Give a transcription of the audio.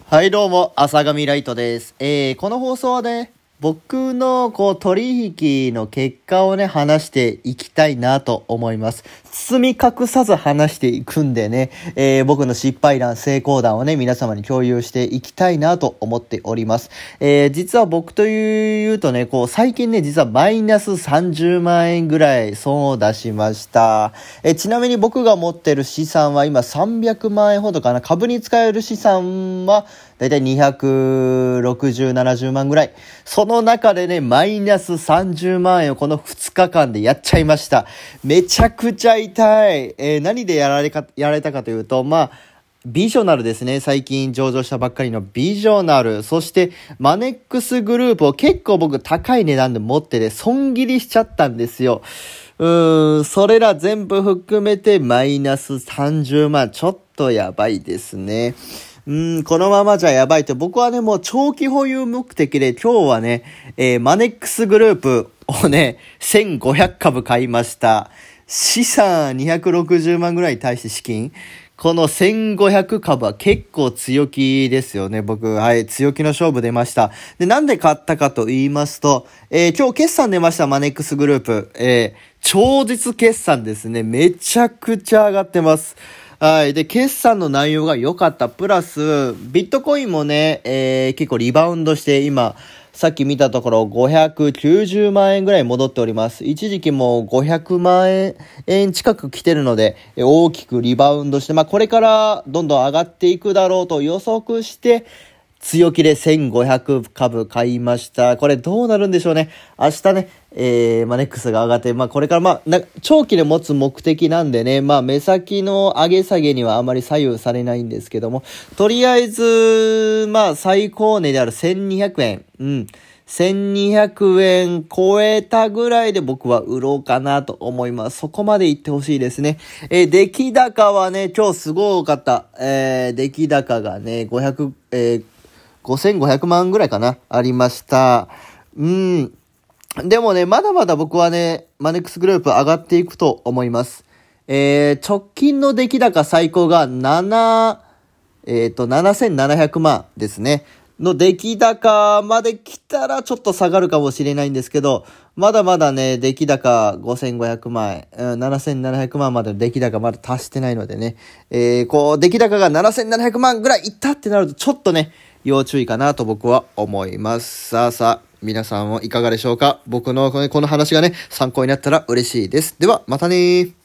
はいどうも、浅上ライトです。この放送はね、僕の取引の結果をね、話していきたいなと思います。包み隠さず話していくんでね、僕の失敗談、成功談をね、皆様に共有していきたいなと思っております。実は僕というとね、最近ね、実はマイナス30万円ぐらい損を出しました。ちなみに僕が持ってる資産は今300万円ほどかな。株に使える資産はだいたい260、70万ぐらい。その中でね、マイナス30万円をこの2日間でやっちゃいました。めちゃくちゃ痛い。何でやられたかというと、ビジョナルですね。最近上場したばっかりのビジョナル。そして、マネックスグループを結構僕高い値段で持ってて、損切りしちゃったんですよ。それら全部含めてマイナス30万。ちょっとやばいですね。このままじゃやばいと。僕はね、もう長期保有目的で今日はね、マネックスグループをね、1500株買いました。資産260万ぐらいに対して資金。この1500株は結構強気ですよね。僕、強気の勝負出ました。で、なんで買ったかと言いますと、今日決算出ました、マネックスグループ。超実決算ですね。めちゃくちゃ上がってます。はい。で、決算の内容が良かった。プラス、ビットコインもね、結構リバウンドして、今、さっき見たところ590万円ぐらい戻っております。一時期もう500万円近く来てるので、大きくリバウンドして、これからどんどん上がっていくだろうと予測して、強気で1500株買いました。これどうなるんでしょうね。明日ね、マネックスが上がって、これから長期で持つ目的なんでね、目先の上げ下げにはあまり左右されないんですけども、とりあえず、最高値である1200円。1200円超えたぐらいで僕は売ろうかなと思います。そこまで行ってほしいですね。出来高はね、今日すごかった。出来高がね、5500万ぐらいかなありました。でもね、まだまだ僕はね、マネックスグループ上がっていくと思います。直近の出来高最高が7700万ですね。の出来高まで来たらちょっと下がるかもしれないんですけど、まだまだね、出来高5500万円、7700万までの出来高まだ達してないのでね、出来高が7700万ぐらいいったってなるとちょっとね、要注意かなと僕は思います。さあ、皆さんはいかがでしょうか？僕のこの話がね、参考になったら嬉しいです。では、またねー。